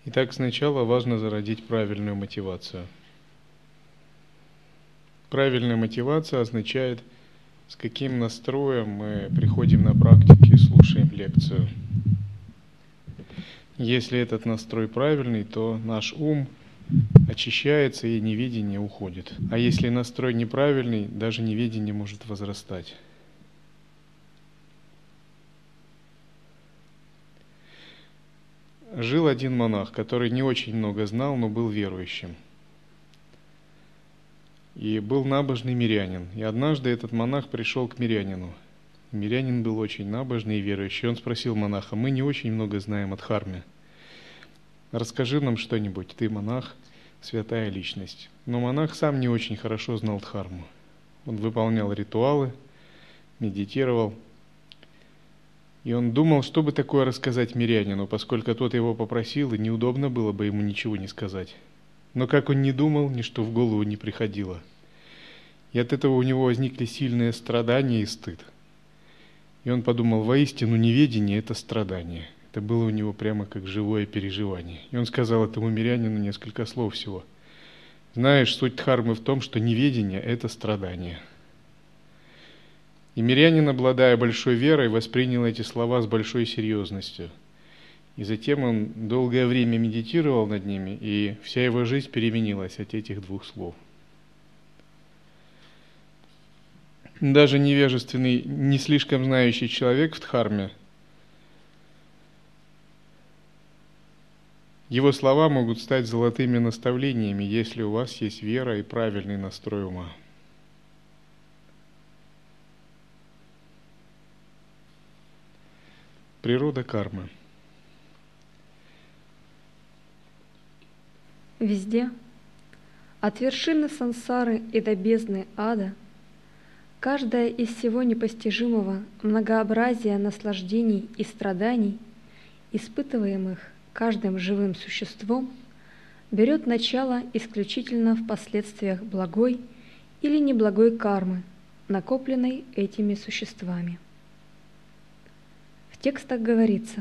Итак, сначала важно зародить правильную мотивацию. Правильная мотивация означает, с каким настроем мы приходим на практики и слушаем лекцию. Если этот настрой правильный, то наш ум очищается и неведение уходит. А если настрой неправильный, даже неведение может возрастать. Жил один монах, который не очень много знал, но был верующим. И был набожный мирянин. И однажды этот монах пришел к мирянину. Мирянин был очень набожный и верующий. Он спросил монаха: «Мы не очень много знаем о Дхарме. Расскажи нам что-нибудь, ты монах, святая личность». Но монах сам не очень хорошо знал Дхарму. Он выполнял ритуалы, медитировал. И он думал, что бы такое рассказать мирянину, поскольку тот его попросил, и неудобно было бы ему ничего не сказать. Но как он ни думал, ничто в голову не приходило. И от этого у него возникли сильные страдания и стыд. И он подумал: воистину неведение – это страдание. Это было у него прямо как живое переживание. И он сказал этому мирянину несколько слов всего. «Знаешь, суть дхармы в том, что неведение – это страдание». И мирянин, обладая большой верой, воспринял эти слова с большой серьезностью. И затем он долгое время медитировал над ними, и вся его жизнь переменилась от этих двух слов. Даже невежественный, не слишком знающий человек в дхарме, его слова могут стать золотыми наставлениями, если у вас есть вера и правильный настрой ума. Природа кармы. Везде, от вершины сансары и до бездны ада, каждое из всего непостижимого многообразия наслаждений и страданий, испытываемых каждым живым существом, берет начало исключительно в последствиях благой или неблагой кармы, накопленной этими существами. В текстах говорится: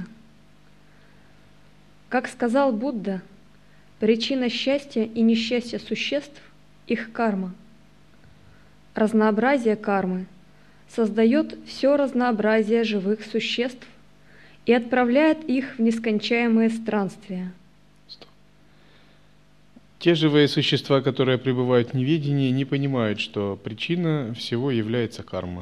как сказал Будда, причина счастья и несчастья существ – их карма. Разнообразие кармы создает все разнообразие живых существ и отправляет их в нескончаемые странствия. Те живые существа, которые пребывают в неведении, не понимают, что причина всего является карма.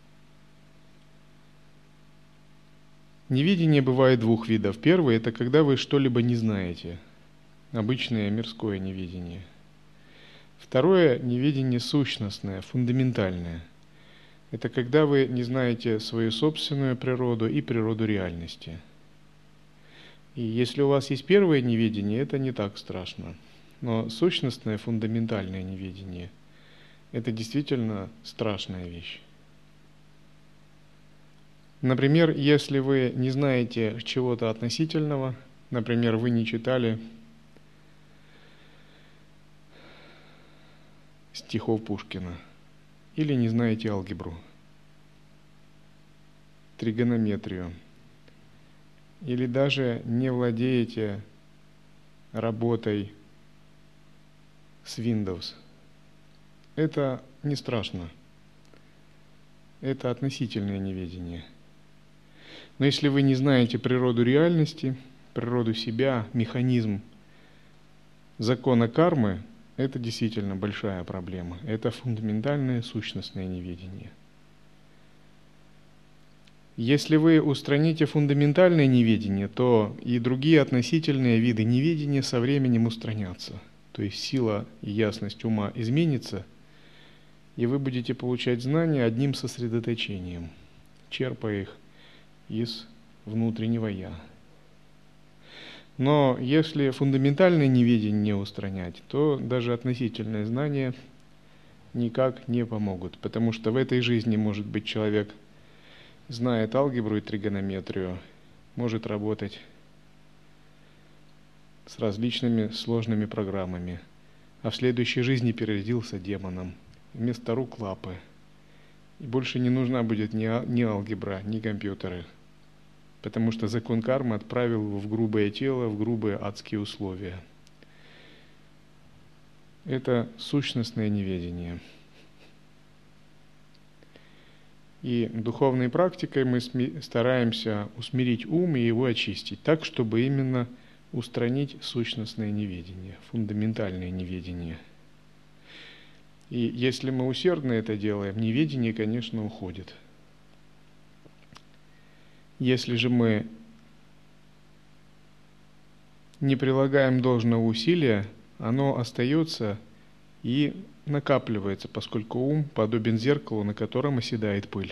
Неведение бывает двух видов. Первый – это когда вы что-либо не знаете. Обычное мирское неведение. Второе – неведение сущностное, фундаментальное. Это когда вы не знаете свою собственную природу и природу реальности. И если у вас есть первое неведение, это не так страшно. Но сущностное, фундаментальное неведение – это действительно страшная вещь. Например, если вы не знаете чего-то относительного, например, вы не читали стихов Пушкина, или не знаете алгебру, тригонометрию, или даже не владеете работой с Windows, это не страшно. Это относительное неведение. Но если вы не знаете природу реальности, природу себя, механизм закона кармы, это действительно большая проблема. Это фундаментальное сущностное неведение. Если вы устраните фундаментальное неведение, то и другие относительные виды неведения со временем устранятся. То есть сила и ясность ума изменится, и вы будете получать знания одним сосредоточением, черпая их из внутреннего «я». Но если фундаментальное неведение не устранять, то даже относительные знания никак не помогут, потому что в этой жизни, может быть, человек знает алгебру и тригонометрию, может работать с различными сложными программами, а в следующей жизни переродился демоном, вместо рук лапы, и больше не нужна будет ни алгебра, ни компьютеры. потому что закон кармы отправил его в грубое тело, в грубые адские условия. Это сущностное неведение. И духовной практикой мы стараемся усмирить ум и его очистить так, чтобы именно устранить сущностное неведение, фундаментальное неведение. И если мы усердно это делаем, неведение, конечно, уходит. Если же мы не прилагаем должного усилия, оно остается и накапливается, поскольку ум подобен зеркалу, на котором оседает пыль.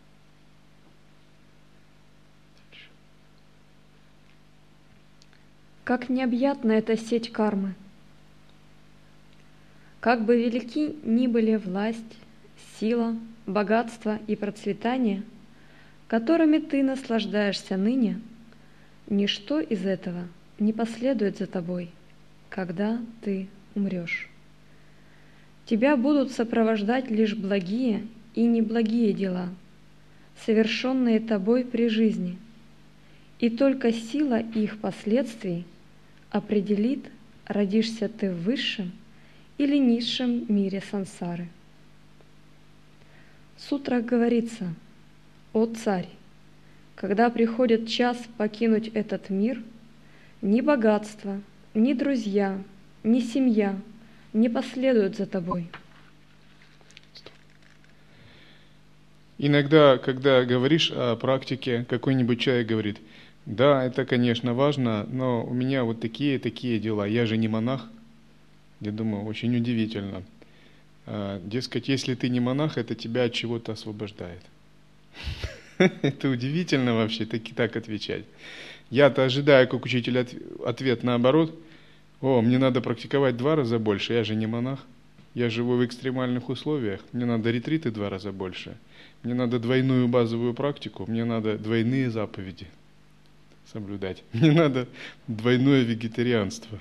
Как необъятна эта сеть кармы! Как бы велики ни были власть, сила, богатство и процветание, которыми ты наслаждаешься ныне, ничто из этого не последует за тобой, когда ты умрешь. Тебя будут сопровождать лишь благие и неблагие дела, совершенные тобой при жизни, и только сила их последствий определит, родишься ты в высшем или низшем мире сансары. В сутрах говорится: «О царь, когда приходит час покинуть этот мир, ни богатство, ни друзья, ни семья не последуют за тобой». Иногда, когда говоришь о практике, какой-нибудь человек говорит: да, это, конечно, важно, но у меня вот такие дела, я же не монах. Я думаю, очень удивительно. Дескать, если ты не монах, это тебя от чего-то освобождает. Это удивительно вообще так отвечать. Я-то ожидаю, как учитель, ответ наоборот. О, мне надо практиковать 2 раза больше, я же не монах. Я живу в экстремальных условиях, мне надо ретриты 2 раза больше. Мне надо двойную базовую практику, мне надо двойные заповеди соблюдать. Мне надо двойное вегетарианство.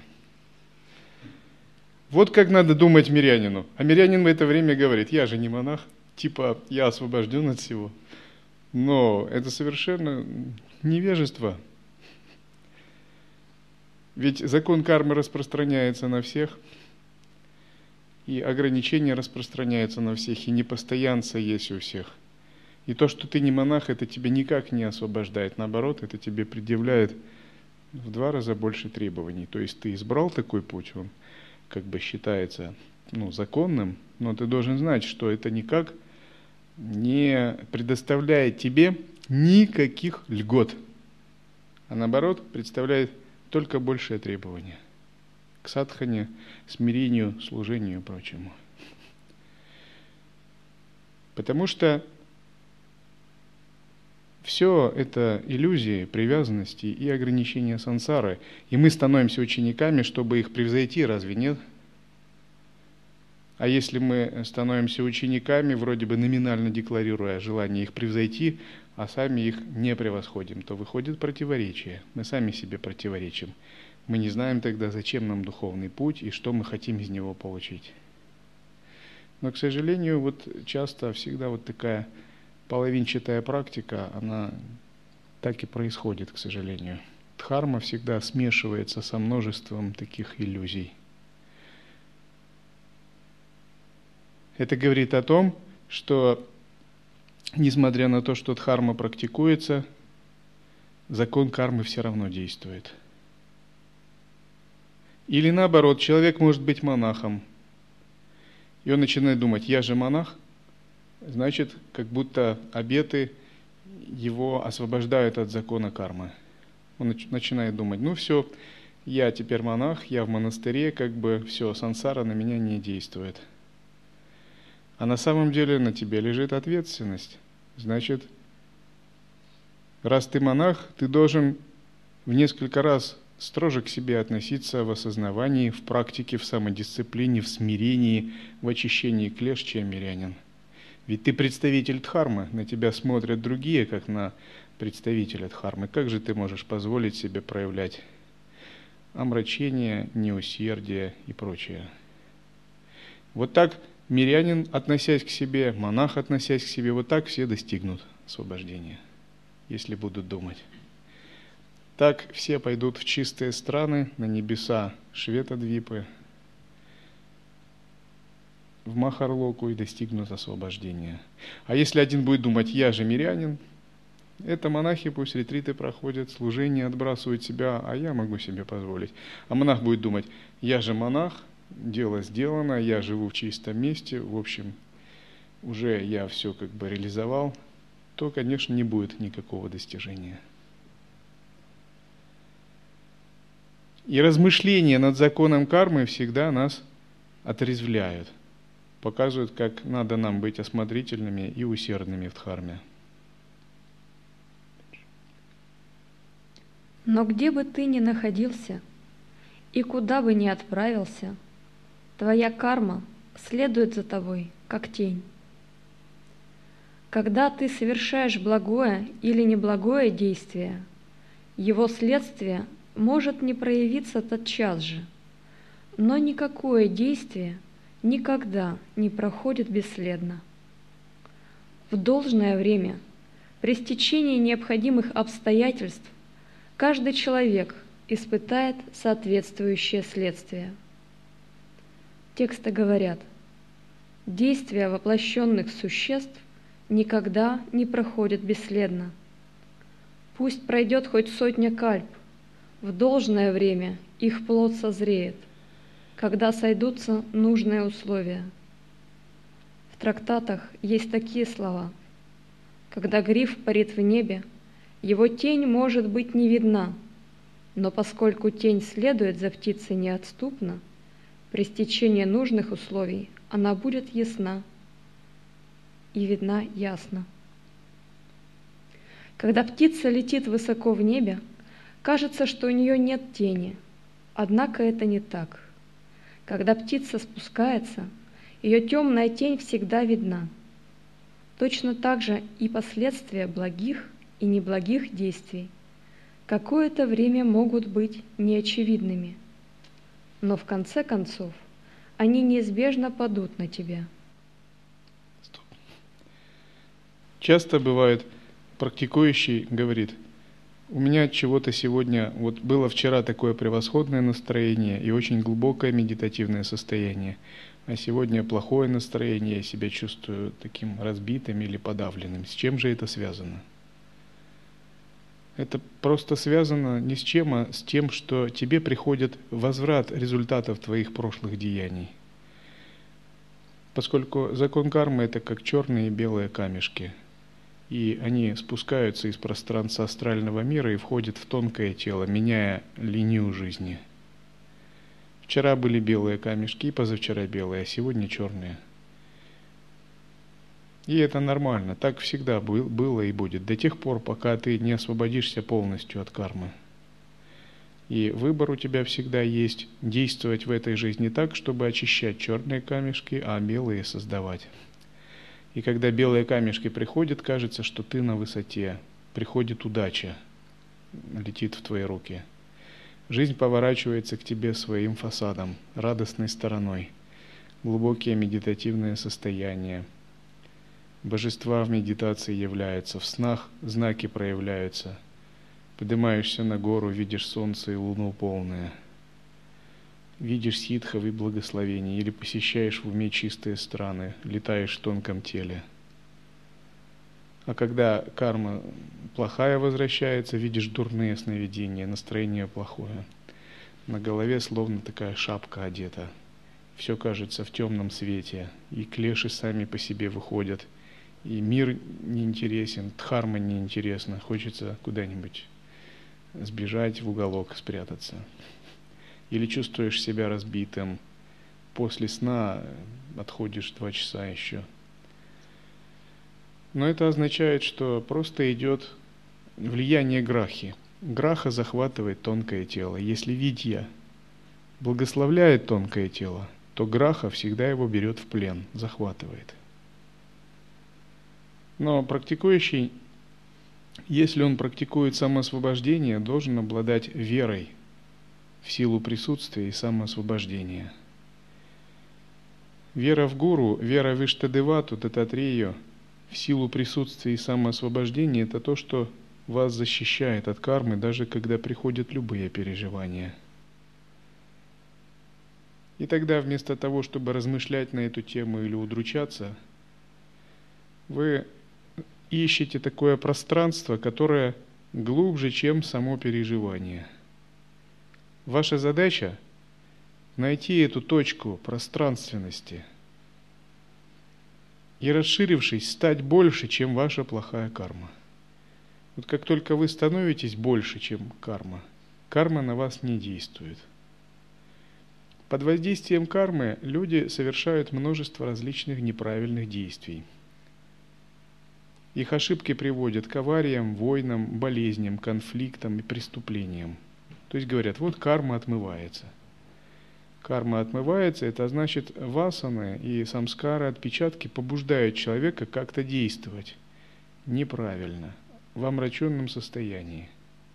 Вот как надо думать мирянину. А мирянин в это время говорит: я же не монах, типа я освобожден от всего. Но это совершенно невежество. Ведь закон кармы распространяется на всех, и ограничения распространяются на всех, и непостоянство есть у всех. И то, что ты не монах, это тебя никак не освобождает. Наоборот, это тебе предъявляет в 2 раза больше требований. То есть ты избрал такой путь, он как бы считается законным, но ты должен знать, что это никак не предоставляет тебе никаких льгот, а наоборот представляет только большее требование к садхане, смирению, служению и прочему. Потому что все это иллюзии, привязанности и ограничения сансары. И мы становимся учениками, чтобы их превзойти, разве нет? А если мы становимся учениками, вроде бы номинально декларируя желание их превзойти, а сами их не превосходим, то выходит противоречие. Мы сами себе противоречим. Мы не знаем тогда, зачем нам духовный путь и что мы хотим из него получить. Но, к сожалению, часто всегда такая половинчатая практика, она так и происходит, к сожалению. Дхарма всегда смешивается со множеством таких иллюзий. Это говорит о том, что, несмотря на то, что дхарма практикуется, закон кармы все равно действует. Или наоборот, человек может быть монахом, и он начинает думать: я же монах, значит, как будто обеты его освобождают от закона кармы. Он начинает думать: все, я теперь монах, я в монастыре, все, сансара на меня не действует. А на самом деле на тебе лежит ответственность. Значит, раз ты монах, ты должен в несколько раз строже к себе относиться в осознавании, в практике, в самодисциплине, в смирении, в очищении клеш, чем мирянин. Ведь ты представитель дхармы, на тебя смотрят другие, как на представителя дхармы. Как же ты можешь позволить себе проявлять омрачение, неусердие и прочее? Вот так мирянин, относясь к себе, монах, относясь к себе, вот так все достигнут освобождения, если будут думать. Так все пойдут в чистые страны, на небеса Шветадвипы, в Махарлоку и достигнут освобождения. А если один будет думать, я же мирянин, это монахи пусть ретриты проходят, служение отбрасывают себя, а я могу себе позволить. А монах будет думать, я же монах, дело сделано, я живу в чистом месте, в общем, уже я все как бы реализовал, то, конечно, не будет никакого достижения. И размышления над законом кармы всегда нас отрезвляют, показывают, как надо нам быть осмотрительными и усердными в дхарме. Но где бы ты ни находился и куда бы ни отправился, твоя карма следует за тобой, как тень. Когда ты совершаешь благое или неблагое действие, его следствие может не проявиться тотчас же, но никакое действие никогда не проходит бесследно. В должное время, при стечении необходимых обстоятельств, каждый человек испытает соответствующее следствие. Тексты говорят, действия воплощенных существ никогда не проходят бесследно. Пусть пройдет хоть 100 кальп, в должное время их плод созреет, когда сойдутся нужные условия. В трактатах есть такие слова. Когда гриф парит в небе, его тень может быть не видна, но поскольку тень следует за птицей неотступно, при стечении нужных условий она будет ясна и видна ясно. Когда птица летит высоко в небе, кажется, что у нее нет тени, однако это не так. Когда птица спускается, ее темная тень всегда видна. Точно так же и последствия благих и неблагих действий какое-то время могут быть неочевидными, но в конце концов они неизбежно падут на тебя. Часто бывает, практикующий говорит, у меня чего-то сегодня, вот было вчера такое превосходное настроение и очень глубокое медитативное состояние, а сегодня плохое настроение, я себя чувствую таким разбитым или подавленным. С чем же это связано? Это просто связано ни с чем, а с тем, что тебе приходит возврат результатов твоих прошлых деяний. Поскольку закон кармы – это как черные и белые камешки, и они спускаются из пространства астрального мира и входят в тонкое тело, меняя линию жизни. Вчера были белые камешки, позавчера белые, а сегодня черные. И это нормально, так всегда было и будет, до тех пор, пока ты не освободишься полностью от кармы. И выбор у тебя всегда есть действовать в этой жизни так, чтобы очищать черные камешки, а белые создавать. И когда белые камешки приходят, кажется, что ты на высоте, приходит удача, летит в твои руки. Жизнь поворачивается к тебе своим фасадом, радостной стороной, глубокие медитативные состояния. Божества в медитации являются, в снах знаки проявляются. Поднимаешься на гору, видишь солнце и луну полное. Видишь ситхов и благословений, или посещаешь в уме чистые страны, летаешь в тонком теле. А когда карма плохая возвращается, видишь дурные сновидения, настроение плохое. На голове словно такая шапка одета. Все кажется в темном свете, и клеши сами по себе выходят. И мир неинтересен, дхарма неинтересна, хочется куда-нибудь сбежать в уголок, спрятаться. Или чувствуешь себя разбитым, после сна отходишь 2 часа еще. Но это означает, что просто идет влияние грахи. Граха захватывает тонкое тело. Если видья благословляет тонкое тело, то граха всегда его берет в плен, захватывает. Но практикующий, если он практикует самоосвобождение, должен обладать верой в силу присутствия и самоосвобождения. Вера в гуру, вера в Иштадевату, Дататрею, в силу присутствия и самоосвобождения – это то, что вас защищает от кармы, даже когда приходят любые переживания. И тогда вместо того, чтобы размышлять на эту тему или удручаться, вы ищете такое пространство, которое глубже, чем само переживание. Ваша задача – найти эту точку пространственности и, расширившись, стать больше, чем ваша плохая карма. Вот как только вы становитесь больше, чем карма, карма на вас не действует. Под воздействием кармы люди совершают множество различных неправильных действий. Их ошибки приводят к авариям, войнам, болезням, конфликтам и преступлениям. То есть говорят, вот карма отмывается. Карма отмывается, это значит васаны и самскары, отпечатки побуждают человека как-то действовать неправильно, в омраченном состоянии.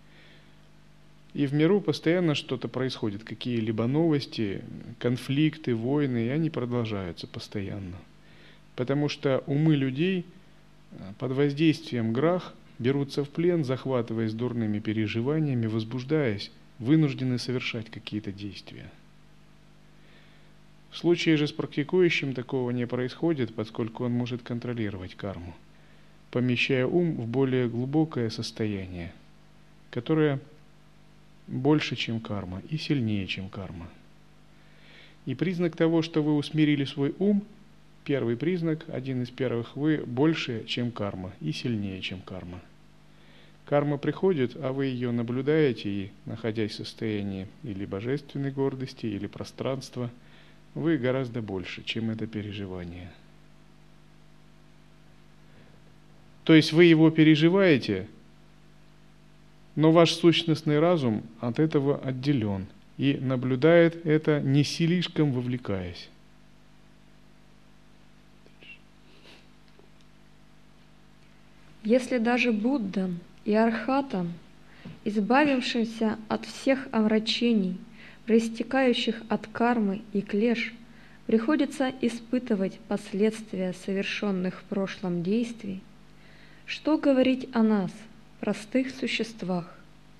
И в миру постоянно что-то происходит, какие-либо новости, конфликты, войны, и они продолжаются постоянно. Потому что умы людей под воздействием грах берутся в плен, захватываясь дурными переживаниями, возбуждаясь, вынуждены совершать какие-то действия. В случае же с практикующим такого не происходит, поскольку он может контролировать карму, помещая ум в более глубокое состояние, которое больше, чем карма, и сильнее, чем карма. И признак того, что вы усмирили свой ум, первый признак, один из первых, вы больше, чем карма, и сильнее, чем карма. Карма приходит, а вы ее наблюдаете, и, находясь в состоянии или божественной гордости, или пространства, вы гораздо больше, чем это переживание. То есть вы его переживаете, но ваш сущностный разум от этого отделен и наблюдает это, не слишком вовлекаясь. Если даже Буддам и Архатам, избавившимся от всех омрачений, проистекающих от кармы и клеш, приходится испытывать последствия совершенных в прошлом действий, что говорить о нас, простых существах?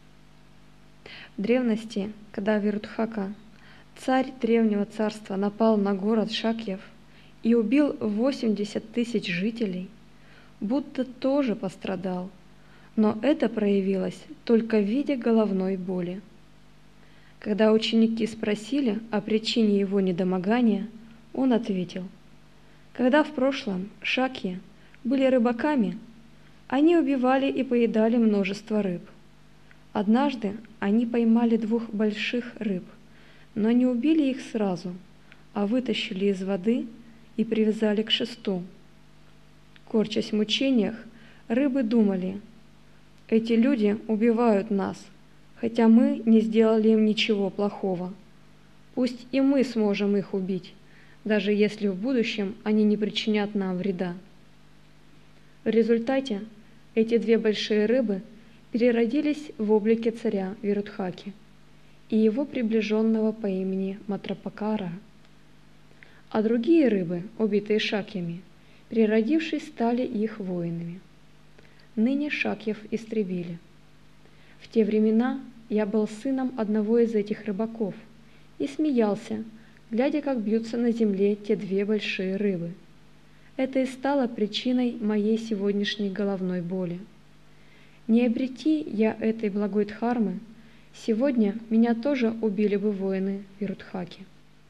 В древности, когда Вирудхака, царь древнего царства, напал на город Шакьев и убил 80 тысяч жителей, Будда тоже пострадал, но это проявилось только в виде головной боли. Когда ученики спросили о причине его недомогания, он ответил: когда в прошлом Шакьи были рыбаками, они убивали и поедали множество рыб. Однажды они поймали 2 больших рыб, но не убили их сразу, а вытащили из воды и привязали к шесту. Корчась в мучениях, рыбы думали: эти люди убивают нас, хотя мы не сделали им ничего плохого. Пусть и мы сможем их убить, даже если в будущем они не причинят нам вреда. В результате эти 2 большие рыбы переродились в облике царя Вирудхаки и его приближенного по имени Матрапакара. А другие рыбы, убитые Шакьями, переродившись, стали их воинами. Ныне Шакьев истребили. В те времена я был сыном одного из этих рыбаков и смеялся, глядя, как бьются на земле те 2 большие рыбы. Это и стало причиной моей сегодняшней головной боли. Не обрети я этой благой дхармы, сегодня меня тоже убили бы воины Вирудхаки.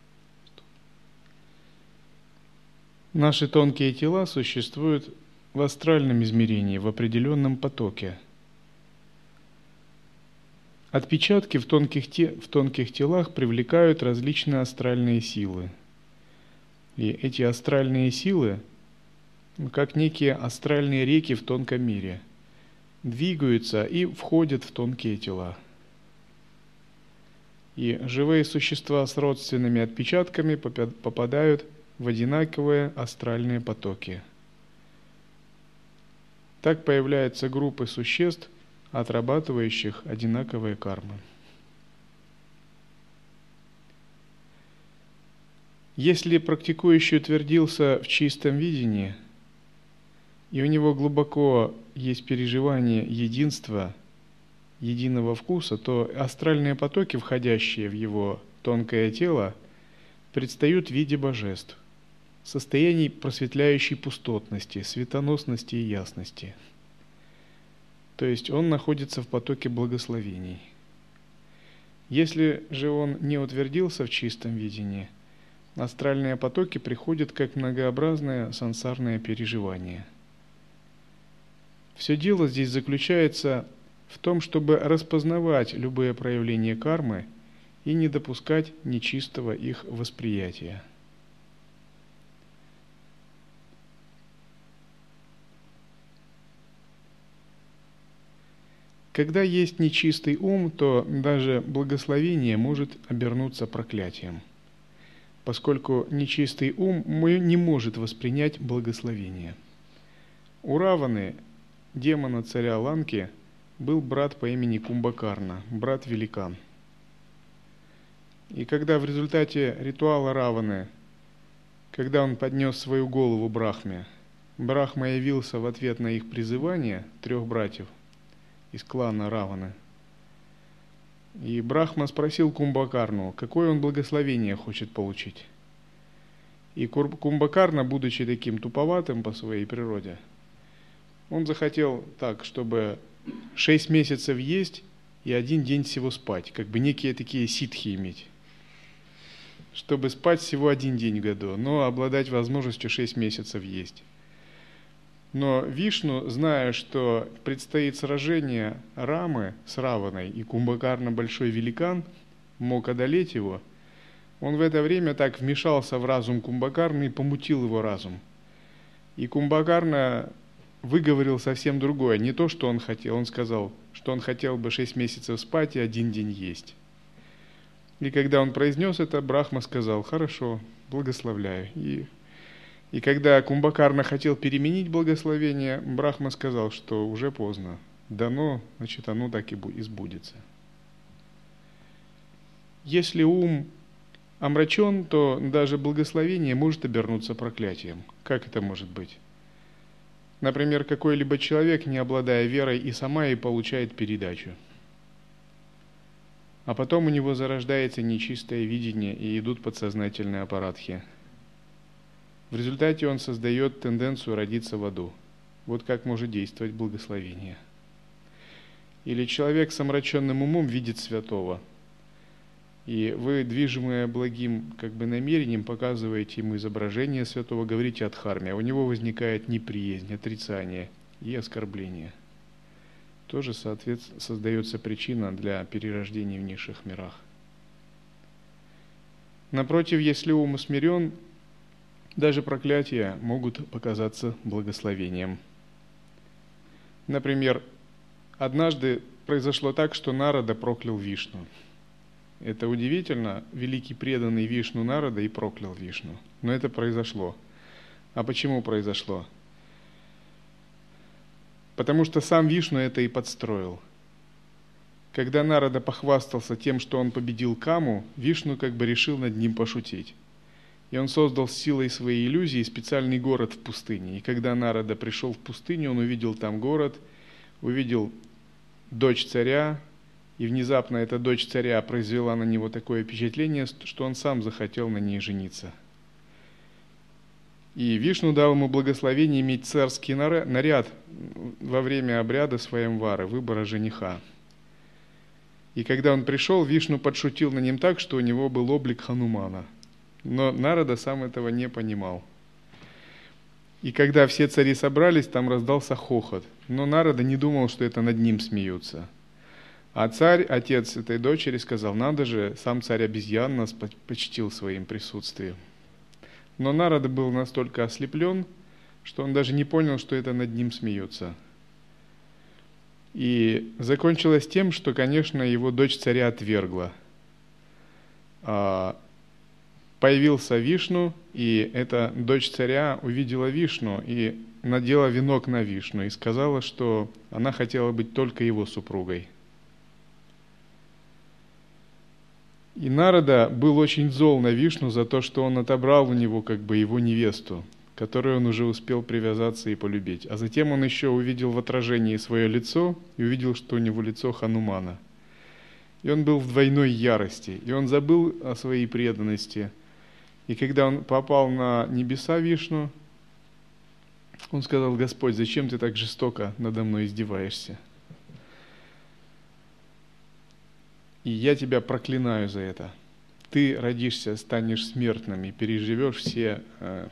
Наши тонкие тела существуют в астральном измерении, в определенном потоке. Отпечатки в тонких телах привлекают различные астральные силы. И эти астральные силы, как некие астральные реки в тонком мире, двигаются и входят в тонкие тела. И живые существа с родственными отпечатками попадают в одинаковые астральные потоки. Так появляются группы существ, отрабатывающих одинаковые кармы. Если практикующий утвердился в чистом видении, и у него глубоко есть переживание единства, единого вкуса, то астральные потоки, входящие в его тонкое тело, предстают в виде божеств, состояний просветляющей пустотности, светоносности и ясности. То есть он находится в потоке благословений. Если же он не утвердился в чистом видении, астральные потоки приходят как многообразное сансарное переживание. Все дело здесь заключается в том, чтобы распознавать любые проявления кармы и не допускать нечистого их восприятия. Когда есть нечистый ум, то даже благословение может обернуться проклятием, поскольку нечистый ум не может воспринять благословение. У Раваны, демона царя Ланки, был брат по имени Кумбакарна, брат-великан. И когда в результате ритуала Раваны, когда он поднес свою голову Брахме, Брахма явился в ответ на их призывание, 3 братьев из клана Раваны. И Брахма спросил Кумбакарну, какое он благословение хочет получить. И Кумбакарна, будучи таким туповатым по своей природе, он захотел так, чтобы 6 месяцев есть и 1 день всего спать, как бы некие такие ситхи иметь. Чтобы спать всего 1 день в году, но обладать возможностью 6 месяцев есть. Но Вишну, зная, что предстоит сражение Рамы с Раваной, и Кумбакарна, большой великан, мог одолеть его, он в это время так вмешался в разум Кумбакарны и помутил его разум. И Кумбакарна выговорил совсем другое, не то, что он хотел. Он сказал, что он хотел бы 6 месяцев спать и 1 день есть. И когда он произнес это, Брахма сказал: «Хорошо, благословляю». И когда Кумбакарна хотел переменить благословение, Брахма сказал, что уже поздно. Дано, значит, оно так и сбудется. Если ум омрачен, то даже благословение может обернуться проклятием. Как это может быть? Например, какой-либо человек, не обладая верой, и сама и получает передачу. А потом у него зарождается нечистое видение, и идут подсознательные аппаратхи. В результате он создает тенденцию родиться в аду. Вот как может действовать благословение. Или человек с омраченным умом видит святого, и вы, движимые благим намерением, показываете ему изображение святого, говорите о дхарме, а у него возникает неприязнь, отрицание и оскорбление. Тоже, соответственно, создается причина для перерождения в низших мирах. Напротив, если ум усмирен, даже проклятия могут показаться благословением. Например, однажды произошло так, что Нарада проклял Вишну. Это удивительно, великий преданный Вишну Нарада и проклял Вишну. Но это произошло. А почему произошло? Потому что сам Вишну это и подстроил. Когда Нарада похвастался тем, что он победил Каму, Вишну решил над ним пошутить. И он создал с силой своей иллюзии специальный город в пустыне. И когда Нарада пришел в пустыню, он увидел там город, увидел дочь царя, и внезапно эта дочь царя произвела на него такое впечатление, что он сам захотел на ней жениться. И Вишну дал ему благословение иметь царский наряд во время обряда Сваямвары, выбора жениха. И когда он пришел, Вишну подшутил над ним так, что у него был облик Ханумана. Но Нарада сам этого не понимал. И когда все цари собрались, там раздался хохот. Но Нарада не думал, что это над ним смеются. А царь, отец этой дочери, сказал: надо же, сам царь-обезьян нас почтил своим присутствием. Но Нарада был настолько ослеплен, что он даже не понял, что это над ним смеются. И закончилось тем, что, конечно, его дочь царя отвергла. Появился Вишну, и эта дочь царя увидела Вишну и надела венок на Вишну и сказала, что она хотела быть только его супругой. И Нарада был очень зол на Вишну за то, что он отобрал у него его невесту, которой он уже успел привязаться и полюбить. А затем он еще увидел в отражении свое лицо и увидел, что у него лицо Ханумана. И он был в двойной ярости, и он забыл о своей преданности. И когда он попал на небеса Вишну, он сказал: Господь, зачем ты так жестоко надо мной издеваешься? И я тебя проклинаю за это. Ты родишься, станешь смертным и переживешь все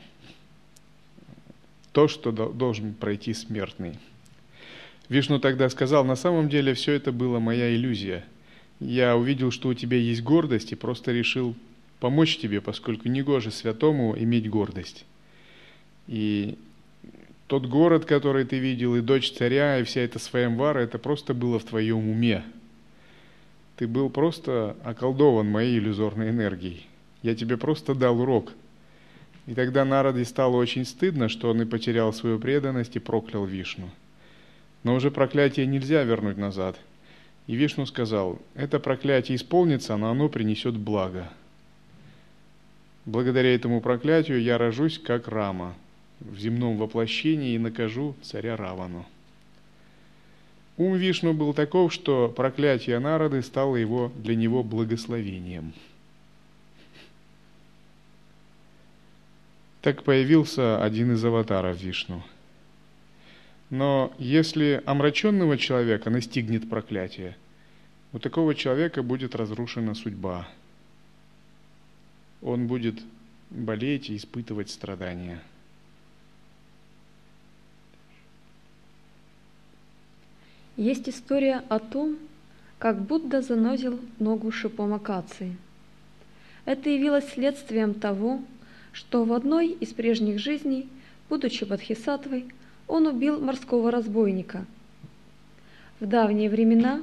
то, что должен пройти смертный. Вишну тогда сказал: на самом деле все это была моя иллюзия. Я увидел, что у тебя есть гордость, и просто решил помочь тебе, поскольку негоже святому иметь гордость. И тот город, который ты видел, и дочь царя, и вся эта Сваямвара, это просто было в твоем уме. Ты был просто околдован моей иллюзорной энергией. Я тебе просто дал урок. И тогда Нараде стало очень стыдно, что он и потерял свою преданность и проклял Вишну. Но уже проклятие нельзя вернуть назад. И Вишну сказал: это проклятие исполнится, но оно принесет благо. Благодаря этому проклятию я рожусь как Рама в земном воплощении и накажу царя Равану. Ум Вишну был таков, что проклятие Нарады стало для него благословением. Так появился один из аватаров Вишну. Но если омраченного человека настигнет проклятие, у такого человека будет разрушена судьба. Он будет болеть и испытывать страдания. Есть история о том, как Будда занозил ногу шипом акации. Это явилось следствием того, что в одной из прежних жизней, будучи бодхисаттвой, он убил морского разбойника. В давние времена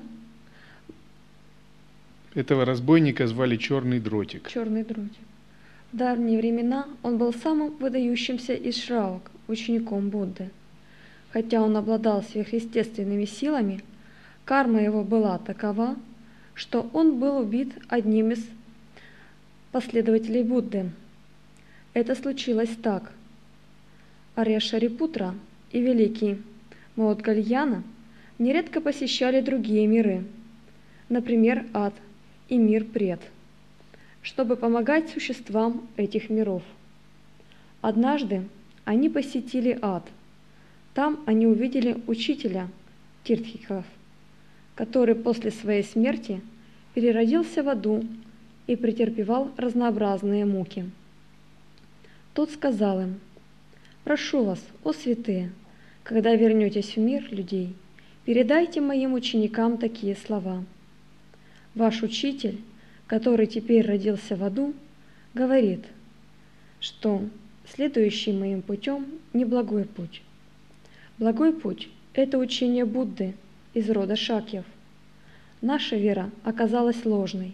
этого разбойника звали Черный Дротик. Черный Дротик. В давние времена он был самым выдающимся из шравок, учеником Будды. Хотя он обладал сверхъестественными силами, карма его была такова, что он был убит одним из последователей Будды. Это случилось так. Арья Шарипутра и великий Маудгальяна нередко посещали другие миры, например, ад и мир пред, чтобы помогать существам этих миров. Однажды они посетили ад. Там они увидели учителя Тиртхиков, который после своей смерти переродился в аду и претерпевал разнообразные муки. Тот сказал им: «Прошу вас, о святые, когда вернетесь в мир людей, передайте моим ученикам такие слова. Ваш учитель, который теперь родился в аду, говорит, что следующий моим путем не благой путь. Благой путь – это учение Будды из рода Шакьев. Наша вера оказалась ложной».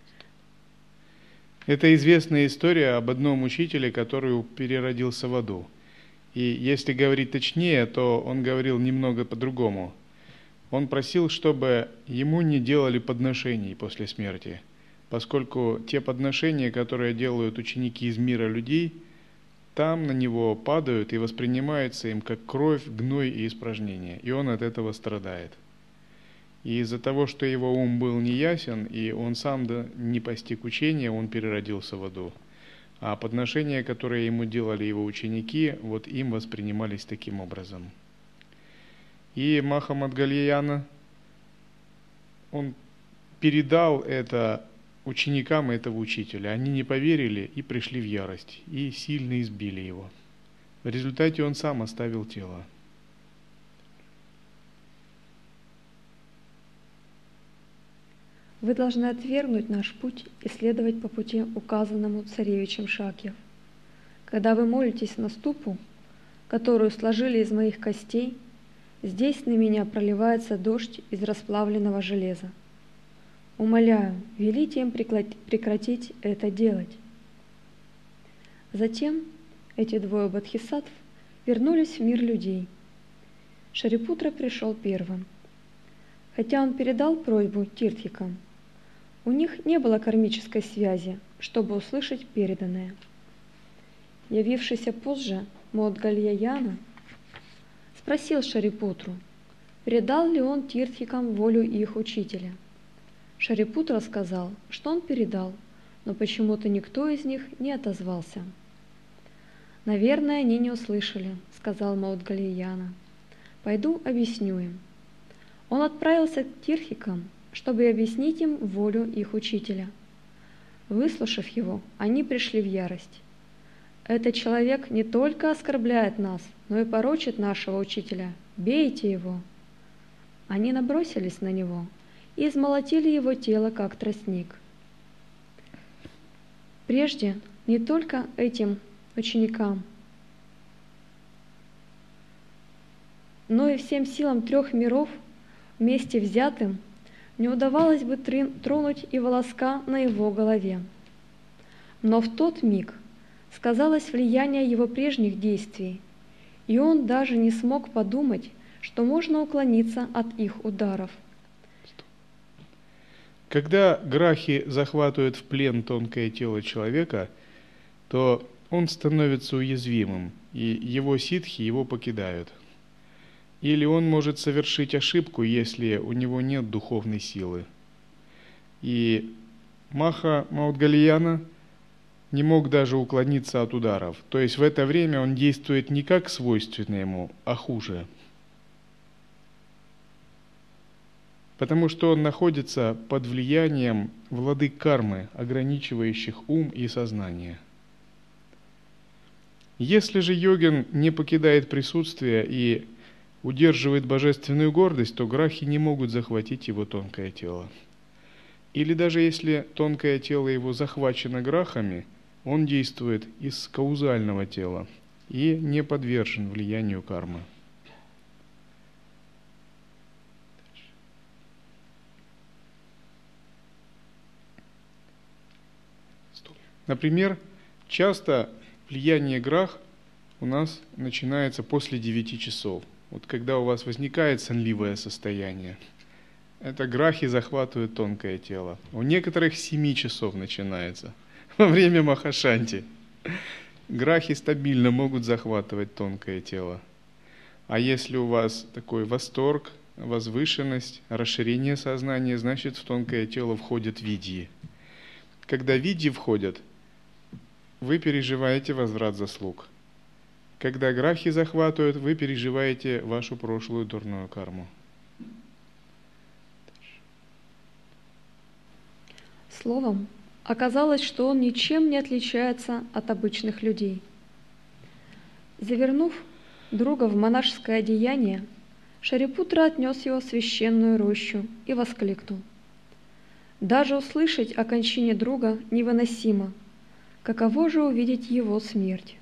Это известная история об одном учителе, который переродился в аду. И если говорить точнее, то он говорил немного по-другому. Он просил, чтобы ему не делали подношений после смерти, поскольку те подношения, которые делают ученики из мира людей, там на него падают и воспринимаются им как кровь, гной и испражнения, и он от этого страдает. И из-за того, что его ум был неясен, и он сам не постиг учения, он переродился в аду. А подношения, которые ему делали его ученики, вот им воспринимались таким образом. И Махамадгальяна, он передал это ученикам этого учителя. Они не поверили и пришли в ярость, и сильно избили его. В результате он сам оставил тело. Вы должны отвергнуть наш путь и следовать по пути, указанному царевичем Шакьев. Когда вы молитесь на ступу, которую сложили из моих костей, здесь на меня проливается дождь из расплавленного железа. Умоляю, велите им прекратить это делать. Затем эти двое бодхисаттв вернулись в мир людей. Шарипутра пришел первым. Хотя он передал просьбу Тиртхикам, у них не было кармической связи, чтобы услышать переданное. Явившийся позже Маудгальяна спросил Шарипутру, передал ли он Тиртхикам волю их учителя. Шарипутра сказал, что он передал, но почему-то никто из них не отозвался. «Наверное, они не услышали», — сказал Маудгальяна. «Пойду объясню им». Он отправился к Тиртхикам, чтобы объяснить им волю их учителя. Выслушав его, они пришли в ярость. «Этот человек не только оскорбляет нас, но и порочит нашего учителя. Бейте его!» Они набросились на него и измолотили его тело, как тростник. Прежде не только этим ученикам, но и всем силам 3 миров вместе взятым не удавалось бы тронуть и волоска на его голове. Но в тот миг сказалось влияние его прежних действий, и он даже не смог подумать, что можно уклониться от их ударов. Когда грахи захватывают в плен тонкое тело человека, то он становится уязвимым, и его ситхи его покидают. Или он может совершить ошибку, если у него нет духовной силы. И Маха Маудгальяна не мог даже уклониться от ударов. То есть в это время он действует не как свойственно ему, а хуже. Потому что он находится под влиянием владык кармы, ограничивающих ум и сознание. Если же йогин не покидает присутствие и удерживает божественную гордость, то грахи не могут захватить его тонкое тело. Или даже если тонкое тело его захвачено грахами, он действует из каузального тела и не подвержен влиянию кармы. Например, часто влияние грах у нас начинается после 9 часов. Вот когда у вас возникает сонливое состояние, это грахи захватывают тонкое тело. У некоторых 7 часов начинается, во время махашанти. Грахи стабильно могут захватывать тонкое тело. А если у вас такой восторг, возвышенность, расширение сознания, значит в тонкое тело входят видьи. Когда видьи входят, вы переживаете возврат заслуг. Когда грахи захватывают, вы переживаете вашу прошлую дурную карму. Словом, оказалось, что он ничем не отличается от обычных людей. Завернув друга в монашеское одеяние, Шарипутра отнес его в священную рощу и воскликнул: «Даже услышать о кончине друга невыносимо. Каково же увидеть его смерть?»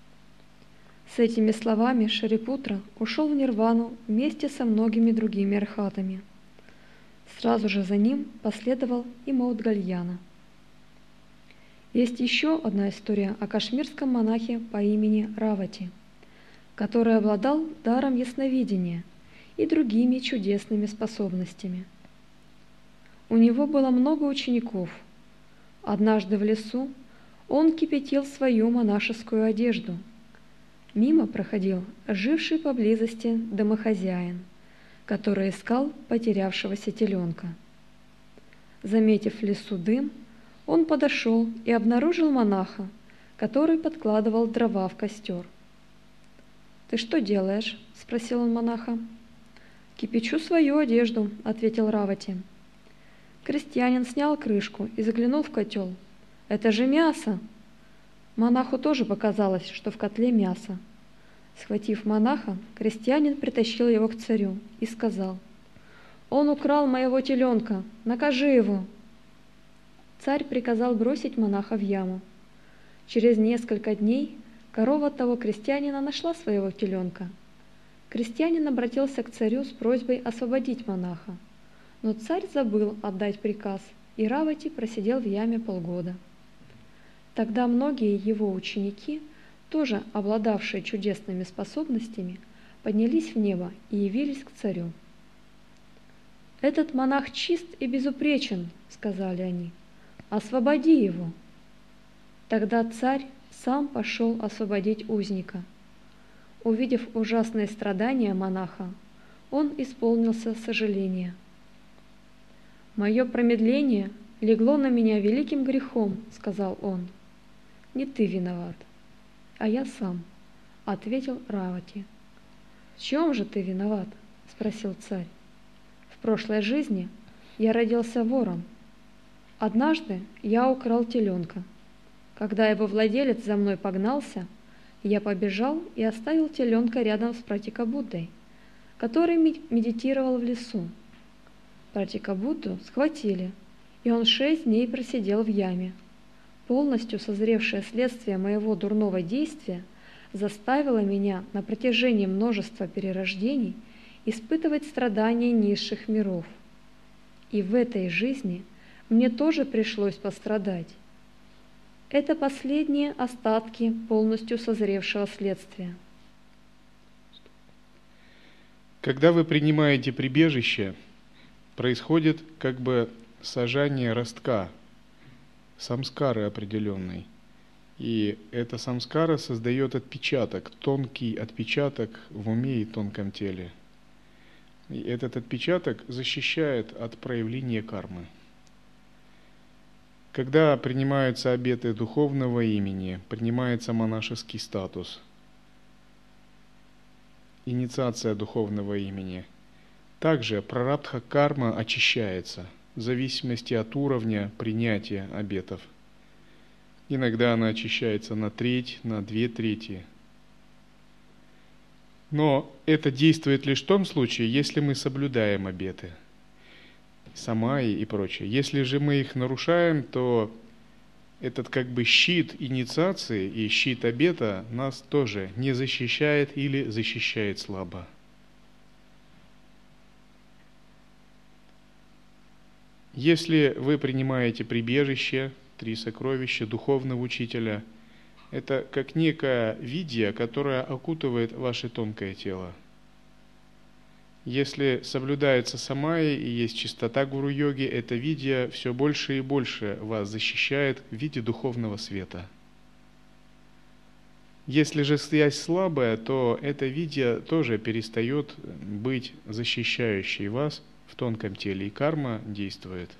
С этими словами Шарипутра ушел в нирвану вместе со многими другими архатами. Сразу же за ним последовал и Маудгальяна. Есть еще одна история о кашмирском монахе по имени Равати, который обладал даром ясновидения и другими чудесными способностями. У него было много учеников. Однажды в лесу он кипятил свою монашескую одежду. Мимо проходил живший поблизости домохозяин, который искал потерявшегося теленка. Заметив в лесу дым, он подошел и обнаружил монаха, который подкладывал дрова в костер. «Ты что делаешь?» – спросил он монаха. «Кипячу свою одежду», – ответил Равати. Крестьянин снял крышку и заглянул в котел. «Это же мясо!» Монаху тоже показалось, что в котле мясо. Схватив монаха, крестьянин притащил его к царю и сказал: «Он украл моего теленка, накажи его!» Царь приказал бросить монаха в яму. Через несколько дней корова того крестьянина нашла своего теленка. Крестьянин обратился к царю с просьбой освободить монаха, но царь забыл отдать приказ, и Равати просидел в яме полгода. Тогда многие его ученики, тоже обладавшие чудесными способностями, поднялись в небо и явились к царю. «Этот монах чист и безупречен», — сказали они, — «освободи его». Тогда царь сам пошел освободить узника. Увидев ужасные страдания монаха, он исполнился сожаления. «Мое промедление легло на меня великим грехом», — сказал он. «Не ты виноват, а я сам», — ответил Равати. «В чем же ты виноват?» — спросил царь. «В прошлой жизни я родился вором. Однажды я украл теленка. Когда его владелец за мной погнался, я побежал и оставил теленка рядом с Пратикабуддой, который медитировал в лесу. Пратикабудду схватили, и он 6 дней просидел в яме. Полностью созревшее следствие моего дурного действия заставило меня на протяжении множества перерождений испытывать страдания низших миров. И в этой жизни мне тоже пришлось пострадать. Это последние остатки полностью созревшего следствия. Когда вы принимаете прибежище, происходит как бы сажание ростка, самскары определенной. И эта самскара создает отпечаток, тонкий отпечаток в уме и тонком теле. И этот отпечаток защищает от проявления кармы. Когда принимаются обеты духовного имени, принимается монашеский статус, инициация духовного имени, также прарабдха карма очищается в зависимости от уровня принятия обетов. Иногда она очищается на 1/3, на 2/3. Но это действует лишь в том случае, если мы соблюдаем обеты, самаи и прочее. Если же мы их нарушаем, то этот как бы щит инициации и щит обета нас тоже не защищает или защищает слабо. Если вы принимаете прибежище, 3 сокровища духовного учителя, это как некая видья, которая окутывает ваше тонкое тело. Если соблюдается самаи и есть чистота гуру-йоги, эта видья все больше и больше вас защищает в виде духовного света. Если же связь слабая, то эта видья тоже перестает быть защищающей вас в тонком теле, и карма действует.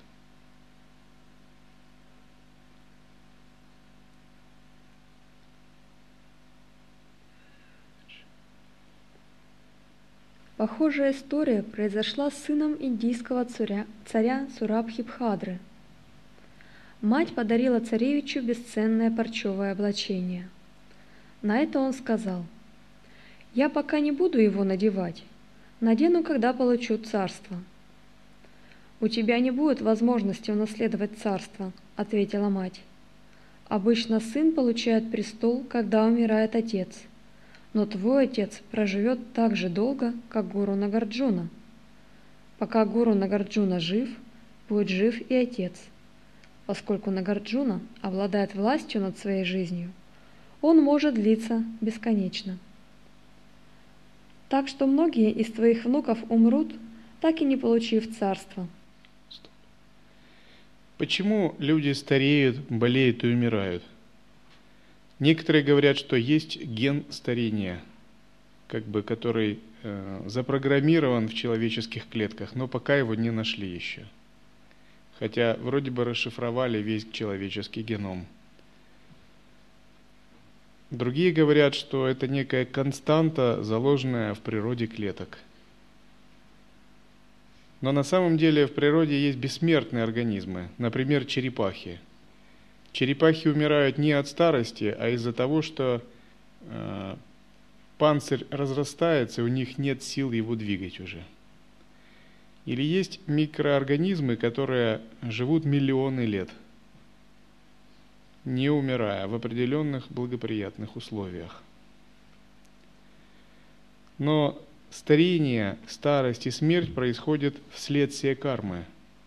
Похожая история произошла с сыном индийского царя Сурабхи-Бхадры. Мать подарила царевичу бесценное парчевое облачение. На это он сказал: «Я пока не буду его надевать, надену, когда получу царство». «У тебя не будет возможности унаследовать царство», — ответила мать. «Обычно сын получает престол, когда умирает отец. Но твой отец проживет так же долго, как гуру Нагарджуна. Пока гуру Нагарджуна жив, будет жив и отец. Поскольку Нагарджуна обладает властью над своей жизнью, он может длиться бесконечно. Так что многие из твоих внуков умрут, так и не получив царство». Почему люди стареют, болеют и умирают? Некоторые говорят, что есть ген старения, как бы, который запрограммирован в человеческих клетках, но пока его не нашли еще. Хотя вроде бы расшифровали весь человеческий геном. Другие говорят, что это некая константа, заложенная в природе клеток. Но на самом деле в природе есть бессмертные организмы, например, черепахи. Черепахи умирают не от старости, а из-за того, что панцирь разрастается, и у них нет сил его двигать уже. Или есть микроорганизмы, которые живут миллионы лет, не умирая в определенных благоприятных условиях. Но старение, старость и смерть происходят вследствие кармы.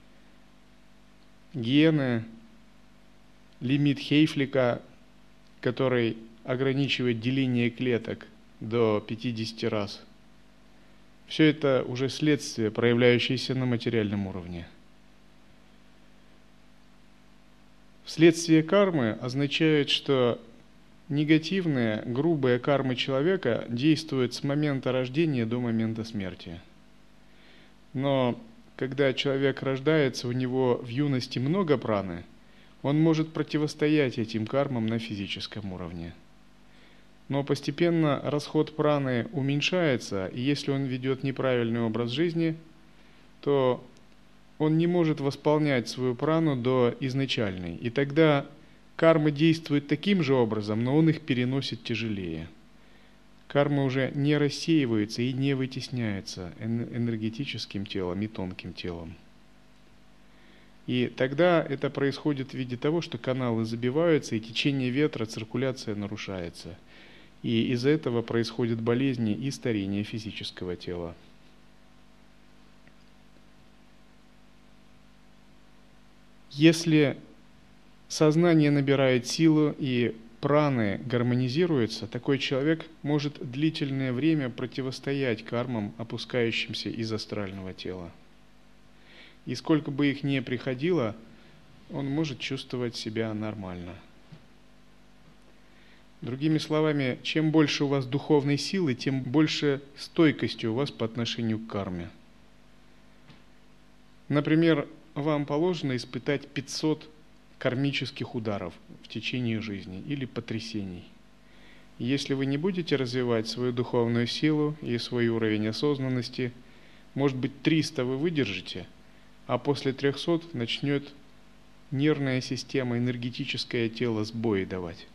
Гены, лимит Хейфлика, который ограничивает деление клеток до 50 раз. Все это уже следствие, проявляющееся на материальном уровне. Вследствие кармы означает, что негативные, грубые кармы человека действуют с момента рождения до момента смерти. Но когда человек рождается, у него в юности много праны, он может противостоять этим кармам на физическом уровне. Но постепенно расход праны уменьшается, и если он ведет неправильный образ жизни, то он не может восполнять свою прану до изначальной. И тогда кармы действуют таким же образом, но он их переносит тяжелее. Карма уже не рассеивается и не вытесняется энергетическим телом и тонким телом. И тогда это происходит в виде того, что каналы забиваются, и течение ветра, циркуляция нарушается. И из-за этого происходят болезни и старение физического тела. Если сознание набирает силу и праны гармонизируются, такой человек может длительное время противостоять кармам, опускающимся из астрального тела. И сколько бы их ни приходило, он может чувствовать себя нормально. Другими словами, чем больше у вас духовной силы, тем больше стойкости у вас по отношению к карме. Например, вам положено испытать 500 кармических ударов в течение жизни или потрясений. И если вы не будете развивать свою духовную силу и свой уровень осознанности, может быть, 300 вы выдержите, а после 300 начнет нервная система, энергетическое тело сбои давать.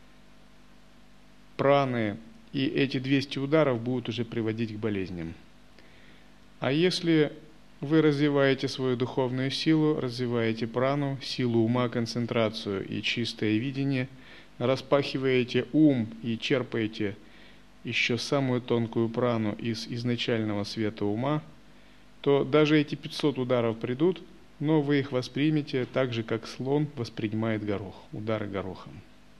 Праны и эти 200 ударов будут уже приводить к болезням. А если вы развиваете свою духовную силу, развиваете прану, силу ума, концентрацию и чистое видение, распахиваете ум и черпаете еще самую тонкую прану из изначального света ума, то даже эти 500 ударов придут, но вы их воспримете так же, как слон воспринимает горох, удары горохом.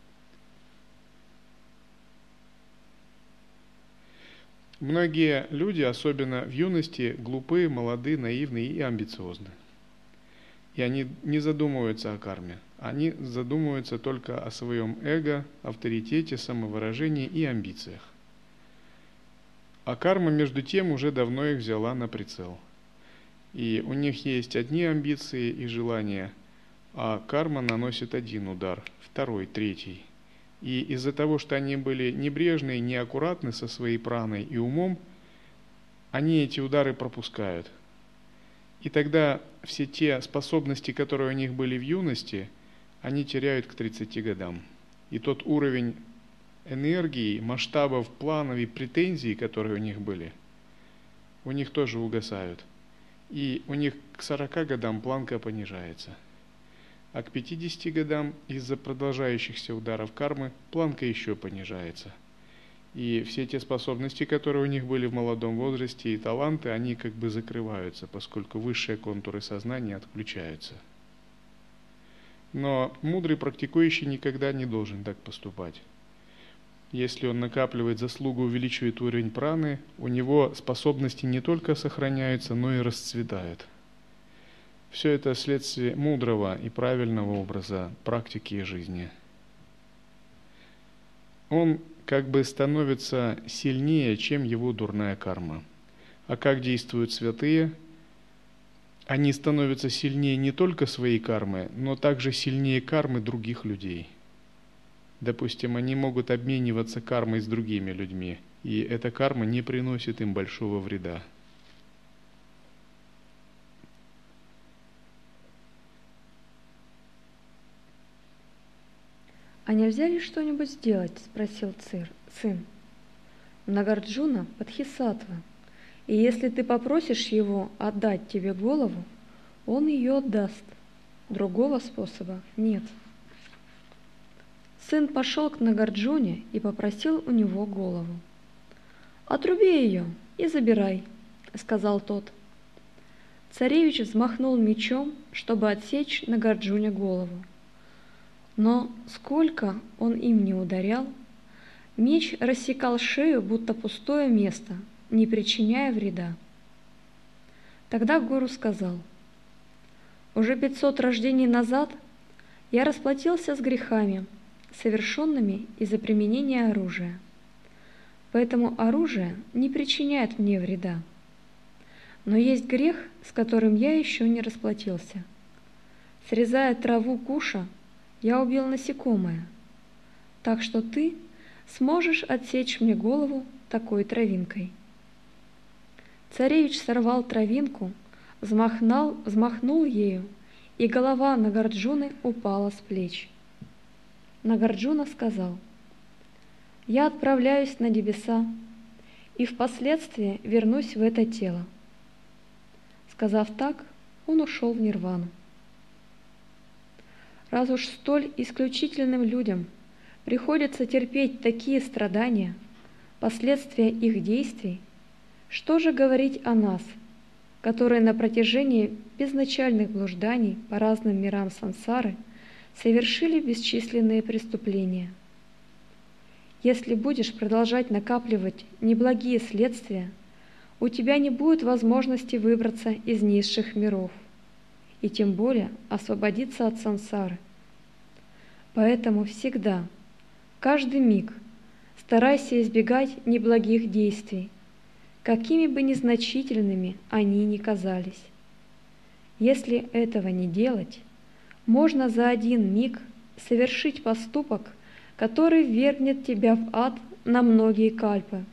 Многие люди, особенно в юности, глупы, молоды, наивны и амбициозны. И они не задумываются о карме. Они задумываются только о своем эго, авторитете, самовыражении и амбициях. А карма, между тем, уже давно их взяла на прицел. И у них есть одни амбиции и желания, а карма наносит один удар, второй, третий. И из-за того, что они были небрежны, неаккуратны со своей праной и умом, они эти удары пропускают. И тогда все те способности, которые у них были в юности, они теряют к 30 годам. И тот уровень энергии, масштабов, планов и претензий, которые у них были, у них тоже угасают. И у них к 40 годам планка понижается. А к 50 годам из-за продолжающихся ударов кармы планка еще понижается. И все те способности, которые у них были в молодом возрасте, и таланты, они как бы закрываются, поскольку высшие контуры сознания отключаются. Но мудрый практикующий никогда не должен так поступать. Если он накапливает заслугу, увеличивает уровень праны, у него способности не только сохраняются, но и расцветают. Все это следствие мудрого и правильного образа практики и жизни. Он как бы становится сильнее, чем его дурная карма. А как действуют святые? Они становятся сильнее не только своей кармы, но также сильнее кармы других людей. Допустим, они могут обмениваться кармой с другими людьми, и эта карма не приносит им большого вреда. «А нельзя ли что-нибудь сделать?» – спросил сын. «Нагарджуна – Бодхисаттва, и если ты попросишь его отдать тебе голову, он ее отдаст. Другого способа нет». Сын пошел к Нагарджуне и попросил у него голову. «Отруби ее и забирай», – сказал тот. Царевич взмахнул мечом, чтобы отсечь Нагарджуне голову. Но сколько он им не ударял, меч рассекал шею, будто пустое место, не причиняя вреда. Тогда гуру сказал: «Уже 500 рождений назад я расплатился с грехами, совершенными из-за применения оружия. Поэтому оружие не причиняет мне вреда. Но есть грех, с которым я еще не расплатился. Срезая траву куша, я убил насекомое, так что ты сможешь отсечь мне голову такой травинкой. Царевич сорвал травинку, взмахнул ею, и голова Нагарджуны упала с плеч. Нагарджуна сказал: «Я отправляюсь на небеса и впоследствии вернусь в это тело». Сказав так, он ушел в нирвану. Раз уж столь исключительным людям приходится терпеть такие страдания, последствия их действий, что же говорить о нас, которые на протяжении безначальных блужданий по разным мирам сансары совершили бесчисленные преступления? Если будешь продолжать накапливать неблагие следствия, у тебя не будет возможности выбраться из низших миров, и тем более освободиться от сансары. Поэтому всегда, каждый миг старайся избегать неблагих действий, какими бы незначительными они ни казались. Если этого не делать, можно за один миг совершить поступок, который ввергнет тебя в ад на многие кальпы.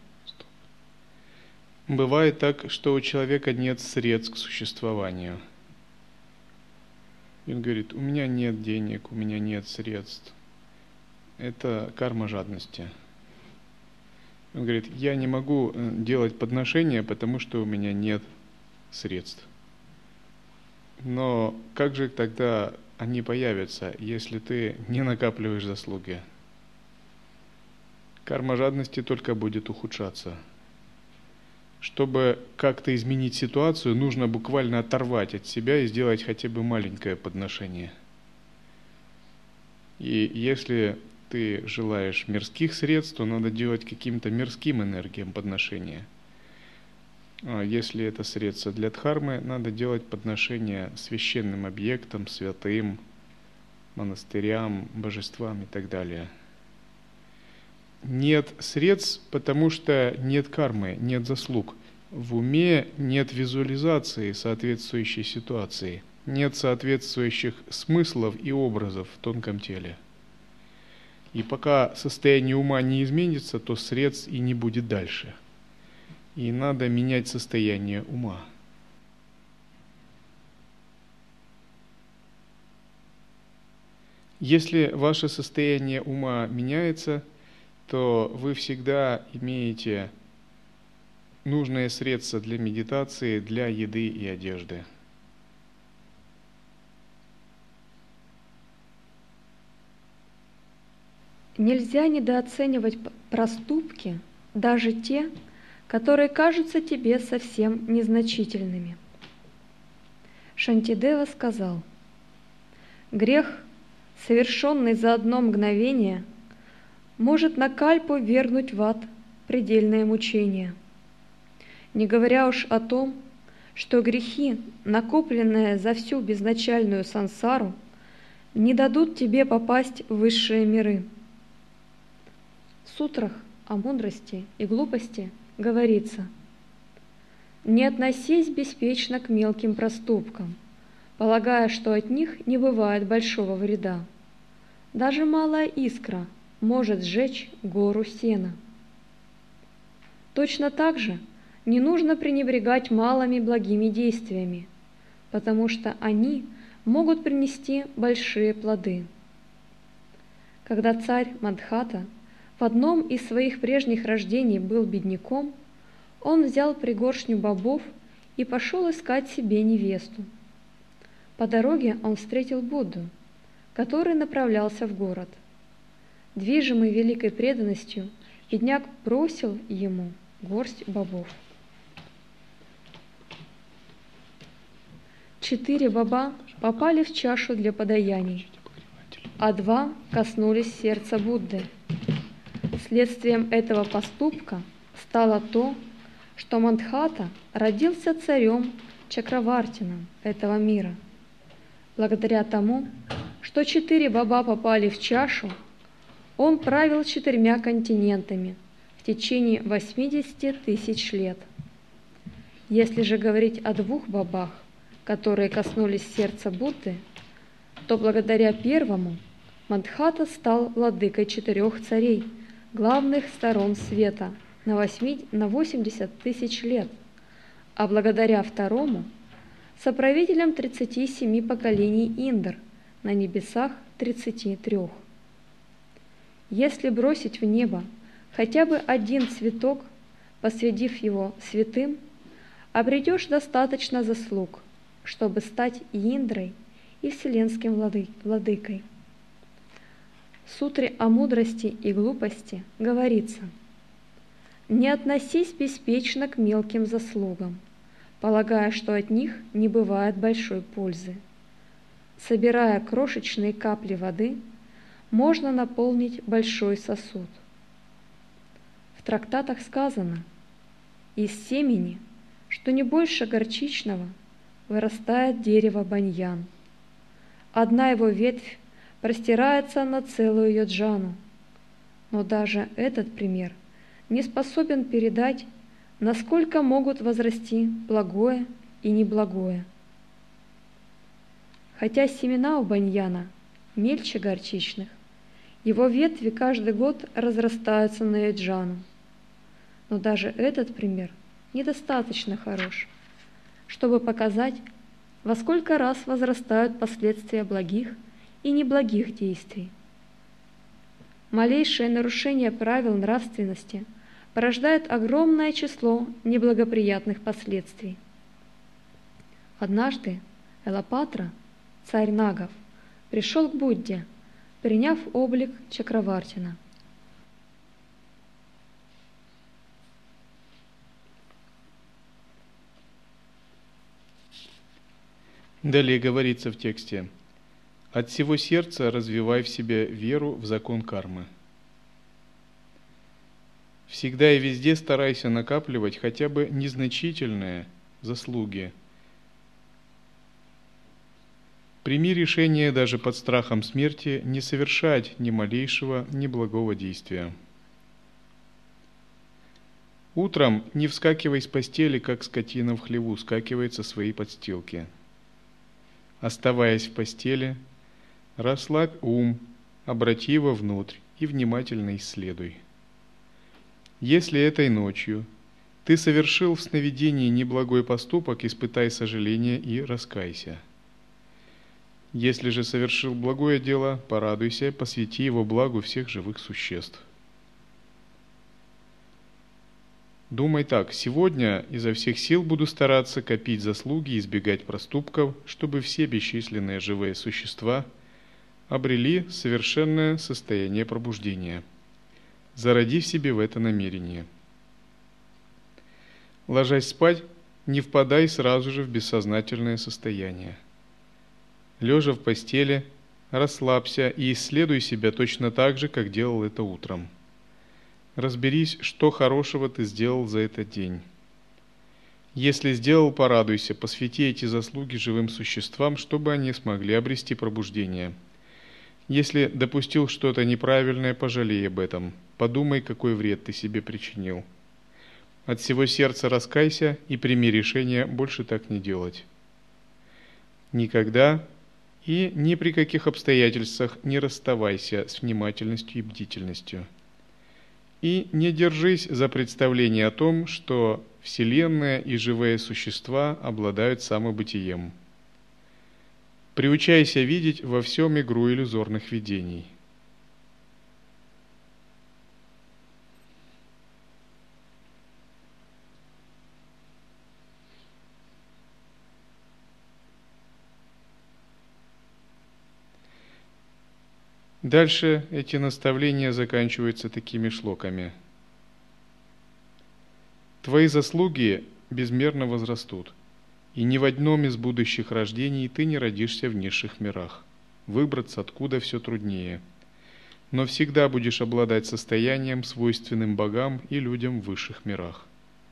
Бывает так, что у человека нет средств к существованию. И он говорит: у меня нет денег, у меня нет средств. Это карма жадности. Он говорит: я не могу делать подношения, потому что у меня нет средств. Но как же тогда они появятся, если ты не накапливаешь заслуги? Карма жадности только будет ухудшаться. Чтобы как-то изменить ситуацию, нужно буквально оторвать от себя и сделать хотя бы маленькое подношение. И если ты желаешь мирских средств, то надо делать каким-то мирским энергиям подношения. А если это средства для дхармы, надо делать подношения священным объектам, святым, монастырям, божествам и так далее. Нет средств, потому что нет кармы, нет заслуг. В уме нет визуализации соответствующей ситуации, нет соответствующих смыслов и образов в тонком теле. И пока состояние ума не изменится, то средств и не будет дальше. И надо менять состояние ума. Если ваше состояние ума меняется, то вы всегда имеете нужные средства для медитации, для еды и одежды. Нельзя недооценивать проступки, даже те, которые кажутся тебе совсем незначительными. Шантидева сказал: грех, совершенный за одно мгновение, может на кальпу ввергнуть в ад предельное мучение. Не говоря уж о том, что грехи, накопленные за всю безначальную сансару, не дадут тебе попасть в высшие миры. В сутрах о мудрости и глупости говорится: не относись беспечно к мелким проступкам, полагая, что от них не бывает большого вреда. Даже малая искра может сжечь гору сена. Точно так же не нужно пренебрегать малыми благими действиями, потому что они могут принести большие плоды. Когда царь Мадхата в одном из своих прежних рождений был бедняком, он взял пригоршню бобов и пошел искать себе невесту. По дороге он встретил Будду, который направлялся в город. Движимый великой преданностью, бедняк бросил ему горсть бобов. 4 боба попали в чашу для подаяний, а 2 коснулись сердца Будды. Следствием этого поступка стало то, что Мадхата родился царем Чакравартином этого мира. Благодаря тому, что 4 боба попали в чашу, Он правил 4 континентами в течение 80 тысяч лет. Если же говорить о 2 богах, которые коснулись сердца Будды, то благодаря первому Мадхата стал владыкой 4 царей, главных сторон света, на 80 тысяч лет, а благодаря второму – соправителем 37 поколений Индр на небесах 33. Если бросить в небо хотя бы один цветок, посвятив его святым, обретешь достаточно заслуг, чтобы стать и Индрой, и вселенским владыкой. В сутре о мудрости и глупости говорится: «Не относись беспечно к мелким заслугам, полагая, что от них не бывает большой пользы. Собирая крошечные капли воды, можно наполнить большой сосуд». В трактатах сказано: «Из семени, что не больше горчичного, вырастает дерево баньян. Одна его ветвь простирается на целую йоджану». Но даже этот пример не способен передать, насколько могут возрасти благое и неблагое. Хотя семена у баньяна мельче горчичных, его ветви каждый год разрастаются на йоджану. Но даже этот пример недостаточно хорош, чтобы показать, во сколько раз возрастают последствия благих и неблагих действий. Малейшее нарушение правил нравственности порождает огромное число неблагоприятных последствий. Однажды Элапатра, царь нагов, пришел к Будде, приняв облик Чакравартина. Далее говорится в тексте: «От всего сердца развивай в себе веру в закон кармы. Всегда и везде старайся накапливать хотя бы незначительные заслуги. Прими решение даже под страхом смерти не совершать ни малейшего неблагого действия. Утром не вскакивай с постели, как скотина в хлеву скакивает со своей подстилки. Оставаясь в постели, расслабь ум, обрати его внутрь и внимательно исследуй. Если этой ночью ты совершил в сновидении неблагой поступок, испытай сожаление и раскайся. Если же совершил благое дело, порадуйся, посвяти его благу всех живых существ. Думай так: сегодня изо всех сил буду стараться копить заслуги и избегать проступков, чтобы все бесчисленные живые существа обрели совершенное состояние пробуждения. Зароди в себе в это намерение. Ложась спать, не впадай сразу же в бессознательное состояние. Лежа в постели, расслабься и исследуй себя точно так же, как делал это утром. Разберись, что хорошего ты сделал за этот день. Если сделал, порадуйся, посвяти эти заслуги живым существам, чтобы они смогли обрести пробуждение. Если допустил что-то неправильное, пожалей об этом. Подумай, какой вред ты себе причинил. От всего сердца раскайся и прими решение больше так не делать. Никогда и ни при каких обстоятельствах не расставайся с внимательностью и бдительностью. И не держись за представление о том, что Вселенная и живые существа обладают самобытием. Приучайся видеть во всем игру иллюзорных видений. Дальше эти наставления заканчиваются такими шлоками. Твои заслуги безмерно возрастут, и ни в одном из будущих рождений ты не родишься в низших мирах. Выбраться откуда все труднее. Но всегда будешь обладать состоянием, свойственным богам и людям в высших мирах.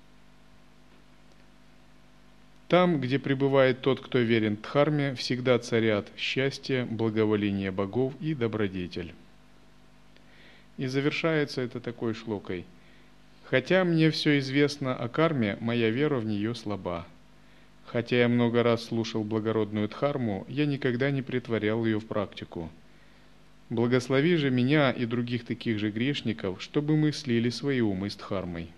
Там, где пребывает тот, кто верен Дхарме, всегда царят счастье, благоволение богов и добродетель. И завершается это такой шлокой. «Хотя мне все известно о карме, моя вера в нее слаба. Хотя я много раз слушал благородную дхарму, я никогда не претворял ее в практику. Благослови же меня и других таких же грешников, чтобы мы слили свои умы с дхармой».